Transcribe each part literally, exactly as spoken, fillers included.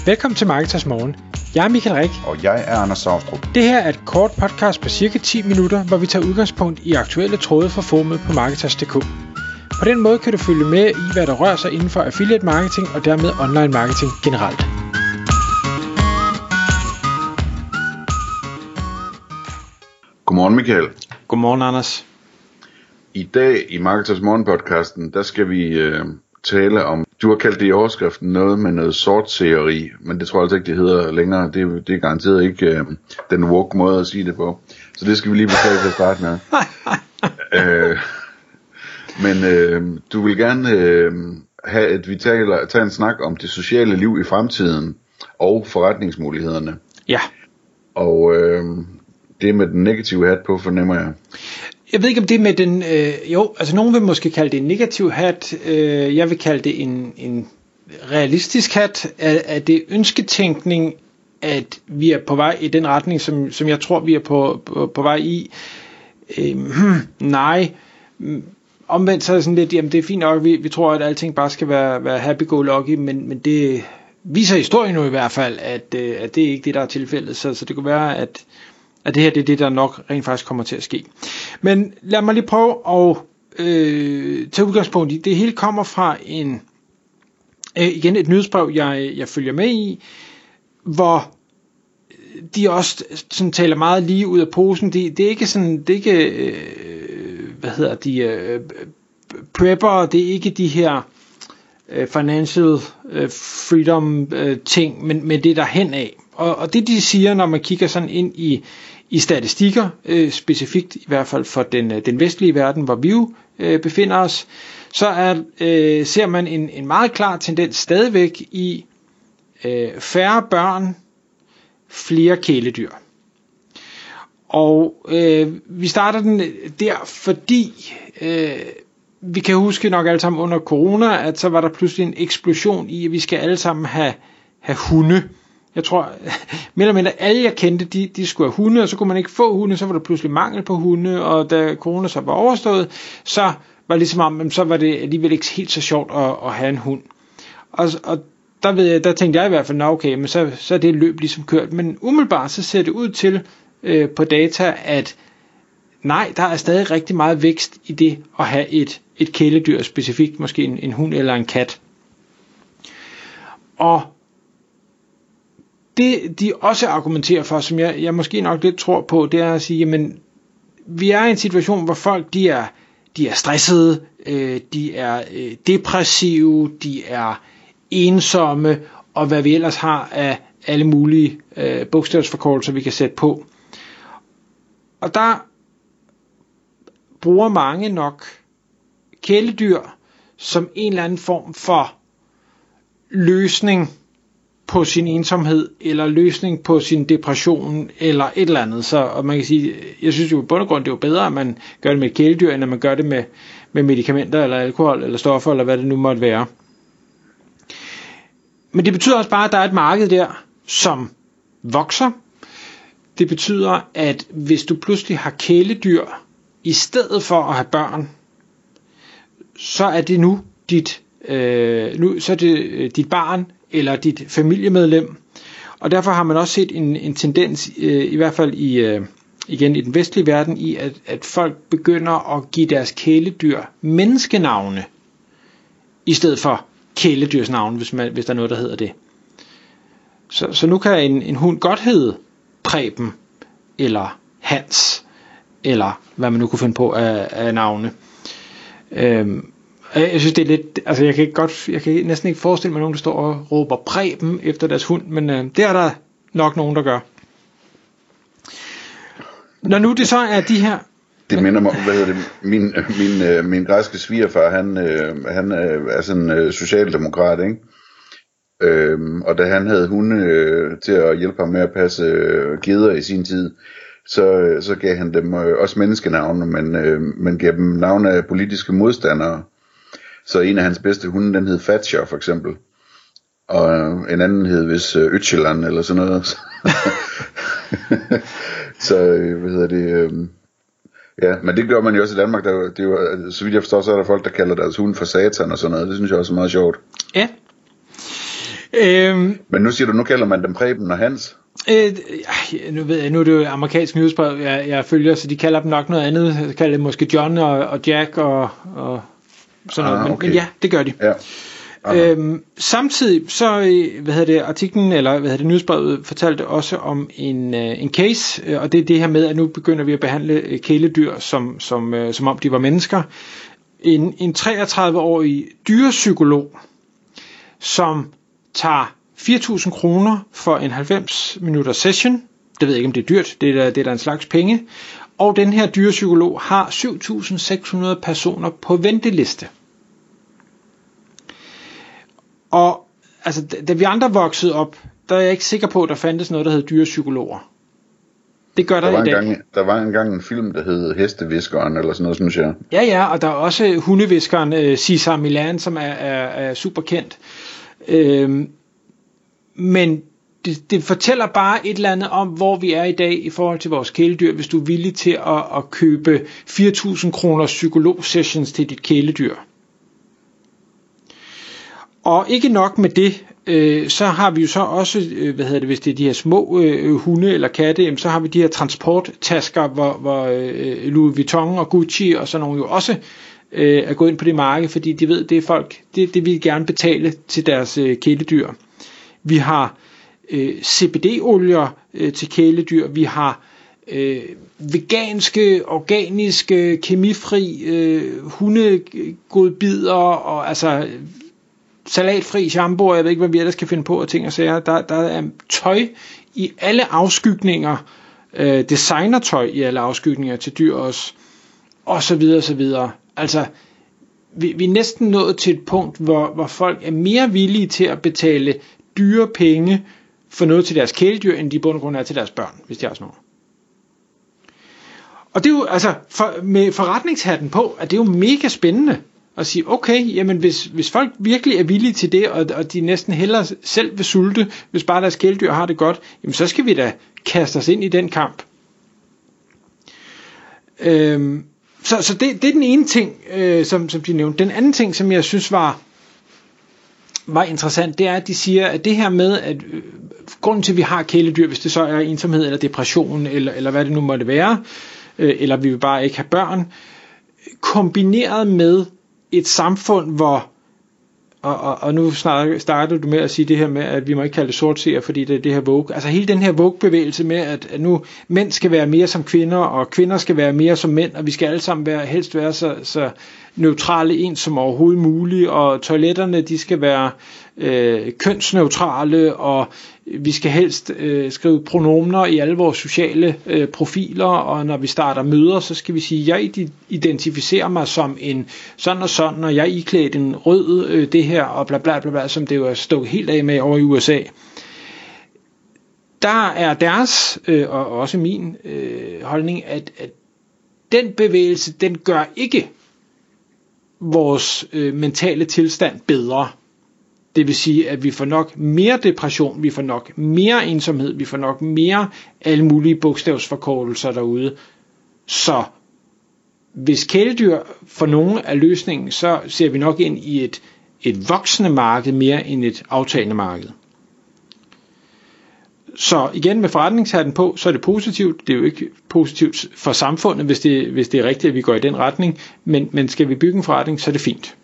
Velkommen til Marketers Morgen. Jeg er Michael Rik. Og jeg er Anders Saustrup. Det her er et kort podcast på cirka ti minutter, hvor vi tager udgangspunkt i aktuelle tråde fra forumet på Marketers punktum d k. På den måde kan du følge med i, hvad der rører sig inden for affiliate marketing og dermed online marketing generelt. Godmorgen Michael. Godmorgen Anders. I dag i Marketers Morgen podcasten, der skal vi øh, tale om, du har kaldt det i overskriften noget med noget sortseeri, men det tror jeg altså ikke det hedder længere. Det, det er garanteret ikke øh, den woke måde at sige det på. Så det skal vi lige beklage til at starte med. øh, men øh, du vil gerne øh, have, at vi tager, tager en snak om det sociale liv i fremtiden og forretningsmulighederne. Ja. Og øh, det med den negative hat på, fornemmer jeg. Jeg ved ikke om det med den, øh, jo, altså nogen vil måske kalde det en negativ hat, øh, jeg vil kalde det en, en realistisk hat, at, at det er ønsketænkning, at vi er på vej i den retning, som, som jeg tror, vi er på, på, på vej i. Øh, hmm, nej, omvendt så er det sådan lidt, jamen det er fint nok, vi, vi tror, at alting bare skal være, være happy-go-lucky, men, men det viser historien nu i hvert fald, at, at det er ikke det, der er tilfældet, så, så det kunne være, at at det her det er det, der nok rent faktisk kommer til at ske. Men lad mig lige prøve at øh, tage udgangspunkt i. Det hele kommer fra en øh, igen et nyhedsbrev, jeg, jeg følger med i, hvor de også sådan taler meget lige ud af posen. Det, det er ikke sådan, det er ikke, øh, hvad hedder de, øh, prepper, det er ikke de her øh, financial øh, freedom øh, ting, men, men det er der hen af. Og, og det de siger, når man kigger sådan ind i i statistikker, øh, specifikt i hvert fald for den, den vestlige verden, hvor vi jo øh, befinder os, så er, øh, ser man en, en meget klar tendens stadigvæk i øh, færre børn, flere kæledyr. Og øh, vi starter den der, fordi øh, vi kan huske nok alle sammen under corona, at så var der pludselig en eksplosion i, at vi skal alle sammen have, have hunde. Jeg tror, mere eller mindre alle jeg kendte, de, de skulle have hunde, og så kunne man ikke få hunde, så var der pludselig mangel på hunde, og da corona så var overstået, så var det ligesom om, så var det alligevel ikke helt så sjovt at, at have en hund. Og, og der, ved jeg, der tænkte jeg i hvert fald, nå okay, men så, så er det løb ligesom kørt. Men umiddelbart så ser det ud til øh, på data, at nej, der er stadig rigtig meget vækst i det at have et, et kæledyr, specifikt måske en, en hund eller en kat. Og det de også argumenterer for, som jeg, jeg måske nok lidt tror på, det er at sige, jamen vi er i en situation, hvor folk de er, de er stressede, øh, de er øh, depressive, de er ensomme, og hvad vi ellers har af alle mulige øh, bogstavsforkortelser, vi kan sætte på. Og der bruger mange nok kæledyr som en eller anden form for løsning på sin ensomhed, eller løsning på sin depression, eller et eller andet. Så og man kan sige, jeg synes jo i bund og grund, det er jo bedre, at man gør det med et kæledyr, end at man gør det med, med medicamenter, eller alkohol, eller stoffer, eller hvad det nu måtte være. Men det betyder også bare, at der er et marked der, som vokser. Det betyder, at hvis du pludselig har kæledyr, i stedet for at have børn, så er det nu dit, øh, nu, så er det dit barn, eller dit familiemedlem. Og derfor har man også set en, en tendens, øh, i hvert fald i, øh, igen i den vestlige verden, i at, at folk begynder at give deres kæledyr menneskenavne, i stedet for kæledyrsnavne, hvis, man, hvis der er noget, der hedder det. Så, så nu kan en, en hund godt hedde Preben, eller Hans, eller hvad man nu kunne finde på af, af navne. Øhm, Jeg synes det er lidt, altså jeg kan ikke godt, jeg kan næsten ikke forestille mig nogen der står og råber Preben efter deres hund, men øh, det er der nok nogen der gør. Når nu det så er de her. Det minder mig, hvad hedder det, min min øh, min græske svigerfar, han øh, han øh, er sådan øh, socialdemokrat, ikke? Øhm, og da han havde hunde øh, til at hjælpe ham med at passe øh, geder i sin tid, så så gav han dem øh, også menneskenavne, men øh, men gav dem navne af politiske modstandere. Så en af hans bedste hunde, den hed Thatcher for eksempel. Og en anden hed vist uh, Øtcheland eller sådan noget. Så hvad hedder det? Øh, ja, men det gør man jo også i Danmark. Der, det er jo, så vidt jeg forstår, så er der folk, der kalder deres hunde for Satan og sådan noget. Det synes jeg også er meget sjovt. Ja. øhm, Men nu siger du, nu kalder man dem Preben og Hans. Øh, nu ved jeg, nu er det jo amerikansk nyhedsbrev, jeg, jeg følger, så de kalder dem nok noget andet. De kalder dem måske John og, og Jack og, og sådan noget. Ah, okay. men, men ja, det gør de. Ja. Øhm, samtidig så, hvad hedder det, artiklen, eller hvad hedder det, nyhedsbrevet fortalte også om en, en case, og det er det her med, at nu begynder vi at behandle kæledyr, som, som, som om de var mennesker. En, en treogtredive-årig dyrepsykolog, som tager fire tusind kroner for en halvfems minutter session. Det ved jeg ikke, om det er dyrt. Det er der, det er der en slags penge. Og den her dyrepsykolog har syv tusind seks hundrede personer på venteliste. Og altså, da vi andre voksede op, der er jeg ikke sikker på, at der fandtes noget, der hed dyrepsykologer. Det gør der, der var i dag. Gang, der var engang en film, der hed Hesteviskeren, eller sådan noget, synes jeg. Ja, ja, og der er også hundeviskeren uh, Cesar Millan, som er, er, er super kendt. Øhm, men det, det fortæller bare et eller andet om, hvor vi er i dag i forhold til vores kæledyr, hvis du er villig til at, at købe fire tusind kroner psykologsessions til dit kæledyr. Og ikke nok med det, øh, så har vi jo så også, øh, hvad hedder det, hvis det er de her små øh, hunde eller katte, jamen, så har vi de her transporttasker, hvor, hvor øh, Louis Vuitton og Gucci og sådan nogle jo også øh, er gået ind på det marked, fordi de ved, det er folk, det, det vil gerne betale til deres øh, kæledyr. Vi har øh, C B D-olier øh, til kæledyr, vi har øh, veganske, organiske, kemifri øh, hundegodbider og altså salatfri shampoo, og jeg ved ikke, hvad vi ellers kan finde på, og ting og sager. Der, der er tøj i alle afskygninger, øh, designertøj i alle afskygninger til dyr også, og så videre, og så videre. Altså, vi, vi er næsten nået til et punkt, hvor, hvor folk er mere villige til at betale dyre penge for noget til deres kæledyr, end de i bund og grund er til deres børn, hvis de har sådan noget. Og det er jo, altså, for, med forretningshatten på, at det er jo mega spændende at sige, okay, jamen hvis, hvis folk virkelig er villige til det, og, og de næsten hellere selv vil sulte, hvis bare deres kæledyr har det godt, jamen så skal vi da kaste os ind i den kamp. Øhm, så så det, det er den ene ting, øh, som, som de nævnte. Den anden ting, som jeg synes var, var interessant, det er, at de siger, at det her med, at øh, grunden til, at vi har kæledyr, hvis det så er ensomhed eller depression, eller, eller hvad det nu måtte være, øh, eller vi vil bare ikke have børn, kombineret med et samfund, hvor, og, og, og nu starter du med at sige det her med, at vi må ikke kalde det sortseer, fordi det er det her Vogue. Altså hele den her Vogue-bevægelse med, at, at nu mænd skal være mere som kvinder, og kvinder skal være mere som mænd, og vi skal alle sammen være, helst være så, så neutrale ens som overhovedet muligt, og toiletterne, de skal være øh, kønsneutrale, og vi skal helst øh, skrive pronomner i alle vores sociale øh, profiler, og når vi starter møder, så skal vi sige, jeg identificerer mig som en sådan og sådan, og jeg er iklædt en rød øh, det her, og bla bla bla bla, som det jo er stået helt af med over i U S A. Der er deres, øh, og også min øh, holdning, at, at den bevægelse, den gør ikke vores øh, mentale tilstand bedre. Det vil sige, at vi får nok mere depression, vi får nok mere ensomhed, vi får nok mere alle mulige bogstavsforkortelser derude. Så hvis kæledyr for nogen er løsningen, så ser vi nok ind i et, et voksende marked mere end et aftagende marked. Så igen med forretningshatten på, så er det positivt. Det er jo ikke positivt for samfundet, hvis det, hvis det er rigtigt, at vi går i den retning. Men, men skal vi bygge en forretning, så er det fint.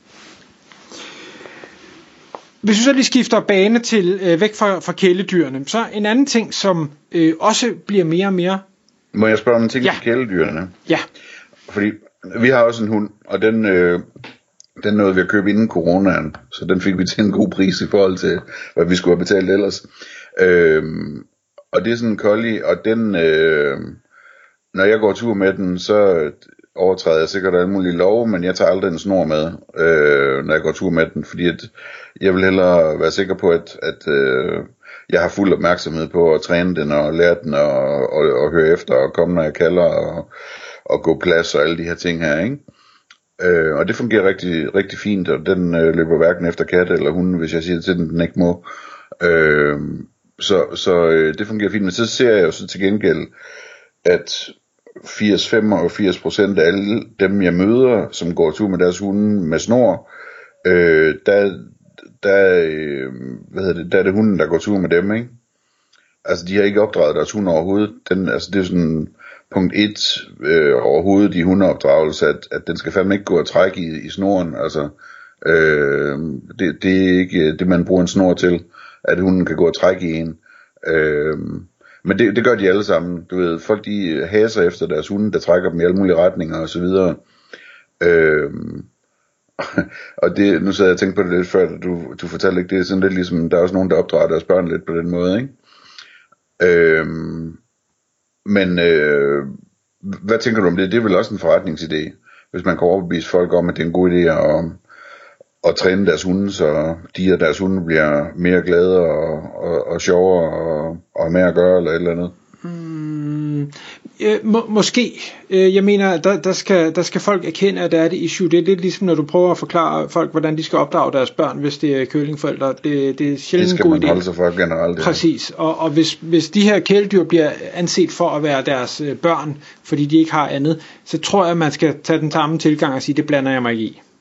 Hvis vi så lige skifter bane til øh, væk fra, fra kæledyrene, så en anden ting, som øh, også bliver mere og mere... Må jeg spørge om en ting ja. til kæledyrene? Ja. Fordi vi har også en hund, og den, øh, den nåede vi at købe inden coronaen, så den fik vi til en god pris i forhold til, hvad vi skulle have betalt ellers. Øh, og det er sådan en collie, og den, øh, når jeg går tur med den, så overtræder jeg sikkert alle mulige love, men jeg tager aldrig en snor med, øh, når jeg går tur med den, fordi at jeg vil hellere være sikker på, at, at øh, jeg har fuld opmærksomhed på at træne den og lære den og, og, og høre efter og komme, når jeg kalder og, og gå plads og alle de her ting her, ikke? Øh, og det fungerer rigtig, rigtig fint, og den øh, løber hverken efter katte eller hunde, hvis jeg siger til den, den ikke må. Øh, så så øh, det fungerer fint, men så ser jeg jo så til gengæld, at firs til femogfirs procent af alle dem jeg møder, som går tur med deres hunde med snor, øh, der, der, øh, hvad hedder det, der er det hunden, der går tur med dem, ikke? Altså, de har ikke opdraget deres hund overhovedet. Den, altså, det er sådan punkt et øh, overhovedet i hundeopdragelse, at, at den skal fandme ikke gå og trække i, i snoren. Altså, øh, det, det er ikke det, man bruger en snor til, at hunden kan gå og trække i en. Øh, men det, det gør de alle sammen. Du ved, folk de haser efter deres hunde, der trækker dem i alle mulige retninger og så videre. Øh, og det, nu sad jeg og tænkte på det lidt før, du, du fortalte ikke, det er sådan lidt ligesom, der er også nogen, der opdrager deres børn lidt på den måde, ikke? Øhm, men øh, hvad tænker du om det? Det er vel også en forretningsidé, hvis man kan overbevise folk om, at det er en god idé at, at træne deres hunde, så de og deres hunde bliver mere glade og, og, og sjovere og, og mere at gøre eller et eller andet. Mm, øh, må, måske. Øh, jeg mener, der, der, skal, der skal folk erkende, at der er det issue. Det er lidt ligesom, når du prøver at forklare folk, hvordan de skal opdrage deres børn, hvis det er kølingforældre. Det, det er sjældent en god idé. Det skal man holde sig for generelt. Ja. Præcis. Og, og hvis, hvis de her kæledyr bliver anset for at være deres øh, børn, fordi de ikke har andet, så tror jeg, at man skal tage den samme tilgang og sige, det blander jeg mig ikke i.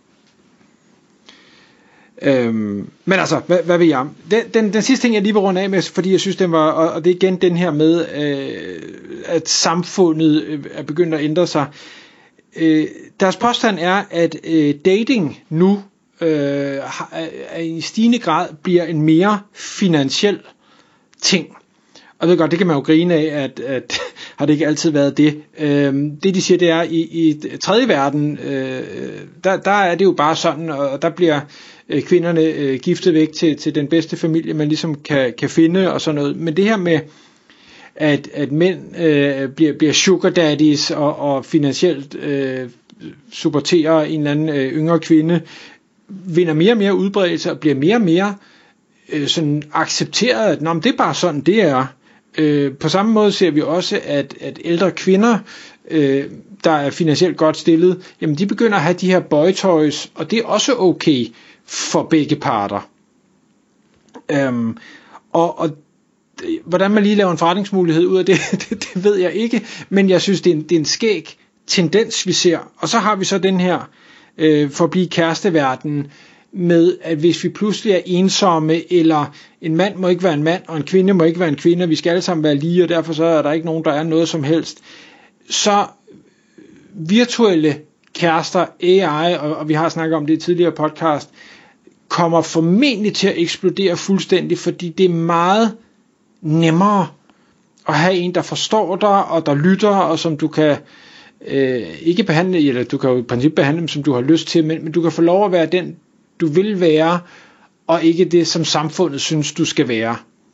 Øhm, men altså, hvad, hvad vil jeg? Den, den, den sidste ting, jeg lige vil runde af med, fordi jeg synes, den var, og, og det er igen den her med, øh, at samfundet øh, er begyndt at ændre sig. Øh, deres påstand er, at øh, dating nu øh, har, er, i stigende grad bliver en mere finansiel ting. Og det er godt, det kan man jo grine af, at, at har det ikke altid været det. Øh, det de siger, det er, i, i tredje verden, øh, der, der er det jo bare sådan, og der bliver kvinderne øh, giftet væk til, til den bedste familie, man ligesom kan, kan finde og sådan noget. Men det her med, at, at mænd øh, bliver, bliver sugar daddies og, og finansielt øh, supporterer en eller anden øh, yngre kvinde, vinder mere og mere udbredelse og bliver mere og mere øh, sådan accepteret, at nå, men det er bare sådan, det er. Øh, på samme måde ser vi også, at, at ældre kvinder, øh, der er finansielt godt stillet, jamen de begynder at have de her boytoys, og det er også okay for begge parter. Øhm, og, og hvordan man lige laver en forretningsmulighed ud af det, det, det ved jeg ikke, men jeg synes, det er en, det er en skæg tendens, vi ser. Og så har vi så den her øh, for at blive kæresteverden med, at hvis vi pludselig er ensomme, eller en mand må ikke være en mand, og en kvinde må ikke være en kvinde, vi skal alle sammen være lige, og derfor så er der ikke nogen, der er noget som helst, så virtuelle kærester, A I, og, og vi har snakket om det i tidligere podcast, kommer formentlig til at eksplodere fuldstændig, fordi det er meget nemmere at have en, der forstår dig, og der lytter, og som du kan øh, ikke behandle, eller du kan jo i princippet behandle dem, som du har lyst til, men, men du kan få lov at være den, du vil være, og ikke det, som samfundet synes, du skal være.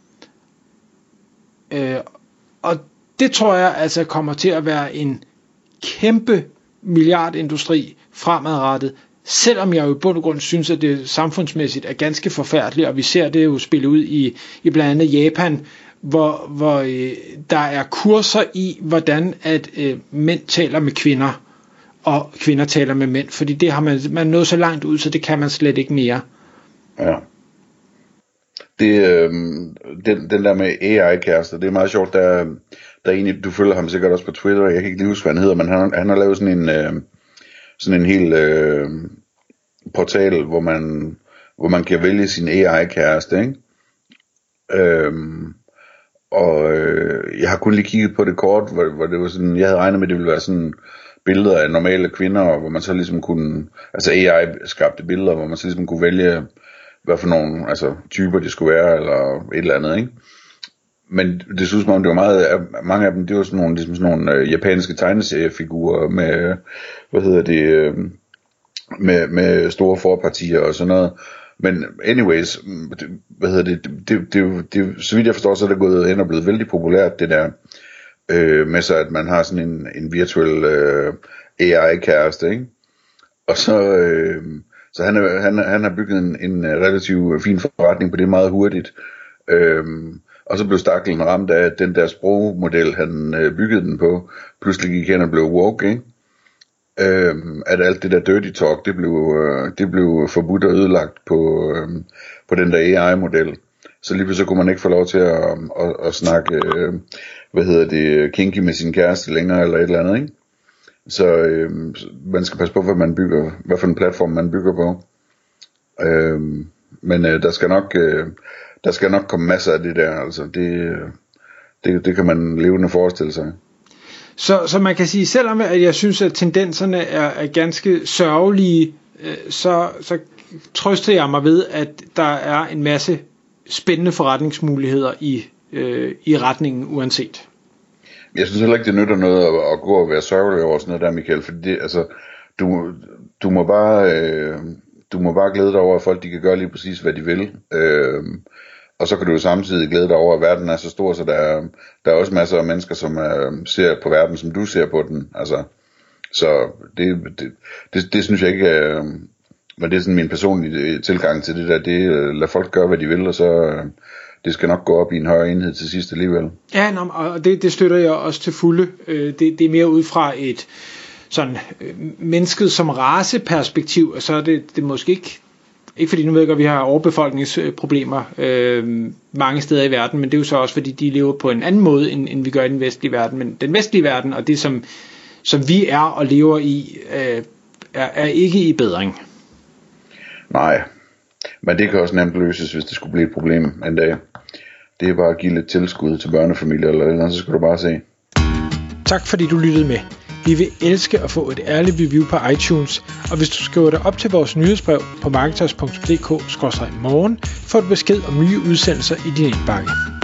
Øh, og det tror jeg altså kommer til at være en kæmpe milliardindustri fremadrettet, selvom jeg jo i bund og grund synes, at det samfundsmæssigt er ganske forfærdeligt, og vi ser det jo spille ud i, i blandt andet Japan, hvor, hvor øh, der er kurser i, hvordan at øh, mænd taler med kvinder, og kvinder taler med mænd, fordi det har man, man nået så langt ud, så det kan man slet ikke mere. Ja. Det, øh, den, den der med A I-kærester, det er meget sjovt, der, der er en, du følger ham sikkert også på Twitter, jeg kan ikke lige huske, hvad han hedder, men han, han har lavet sådan en, øh, sådan en hel øh, portal, hvor man, hvor man kan vælge sin A I-kæreste, ikke? Øhm, og øh, jeg har kun lige kigget på det kort, hvor, hvor det var sådan, jeg havde regnet med, at det ville være sådan billeder af normale kvinder, hvor man så ligesom kunne, altså A I-skabte billeder, hvor man så ligesom kunne vælge, hvad for nogle altså, typer det skulle være, eller et eller andet, ikke? Men det synes mig, det var meget, mange af dem, det var sådan nogle, ligesom sådan nogle øh, japanske tegneseriefigurer med, hvad hedder det, øh, med, med store forpartier og sådan noget. Men anyways, det, hvad hedder det, det, det, det, så vidt jeg forstår, så er det gået hen og blevet vældig populært, det der, øh, med så at man har sådan en, en virtuel øh, A I-kæreste, ikke? Og så, øh, så han, er, han, han har bygget en, en relativt fin forretning på det meget hurtigt. Øh, Og så blev staklen ramt af, at den der sprogmodel, han øh, byggede den på, pludselig gik hen og blev woke, ikke? Øhm, at alt det der dirty talk, det blev, øh, det blev forbudt og ødelagt på, øh, på den der A I-model. Så lige pludselig kunne man ikke få lov til at, at, at snakke, øh, hvad hedder det, kinky med sin kæreste længere, eller et eller andet, ikke? Så øh, man skal passe på, hvad man bygger, hvad for en platform man bygger på. Øhm, men øh, der skal nok øh, der skal nok komme masser af det der, altså det, det, det kan man levende forestille sig. Så, så man kan sige, selvom at jeg synes, at tendenserne er, er ganske sørgelige, øh, så, så trøster jeg mig ved, at der er en masse spændende forretningsmuligheder i, øh, i retningen uanset. Jeg synes heller ikke, det nytter noget at, at gå og være sørgelig over sådan noget der, Michael, fordi det, altså, du, du, må bare, øh, du må bare glæde dig over, at folk de kan gøre lige præcis, hvad de vil. Øh, og så kan du jo samtidig glæde dig over, at verden er så stor, så der er, der er også masser af mennesker, som øh, ser på verden, som du ser på den. Altså, så det, det, det, det synes jeg ikke, øh, men det er sådan min personlige tilgang til det der, det øh, lad folk gøre, hvad de vil, og så... Øh, det skal nok gå op i en højere enhed til sidst alligevel. Ja, nå, og det, det støtter jeg også til fulde. Det, det er mere ud fra et sådan mennesket som raceperspektiv, og så er det, det måske ikke, ikke fordi nu ved jeg godt, at vi har overbefolkningsproblemer øh, mange steder i verden, men det er jo så også fordi, de lever på en anden måde, end, end vi gør i den vestlige verden. Men den vestlige verden, og det som, som vi er og lever i, øh, er, er ikke i bedring. Nej. Men det kan også nemt løses, hvis det skulle blive et problem en dag. Det er bare at give lidt tilskud til børnefamilier eller noget, så skal du bare se. Tak fordi du lyttede med. Vi vil elske at få et ærligt review på iTunes, og hvis du skriver dig op til vores nyhedsbrev på marketers punktum d k skråstreg morgen, får du besked om nye udsendelser i din indbakke.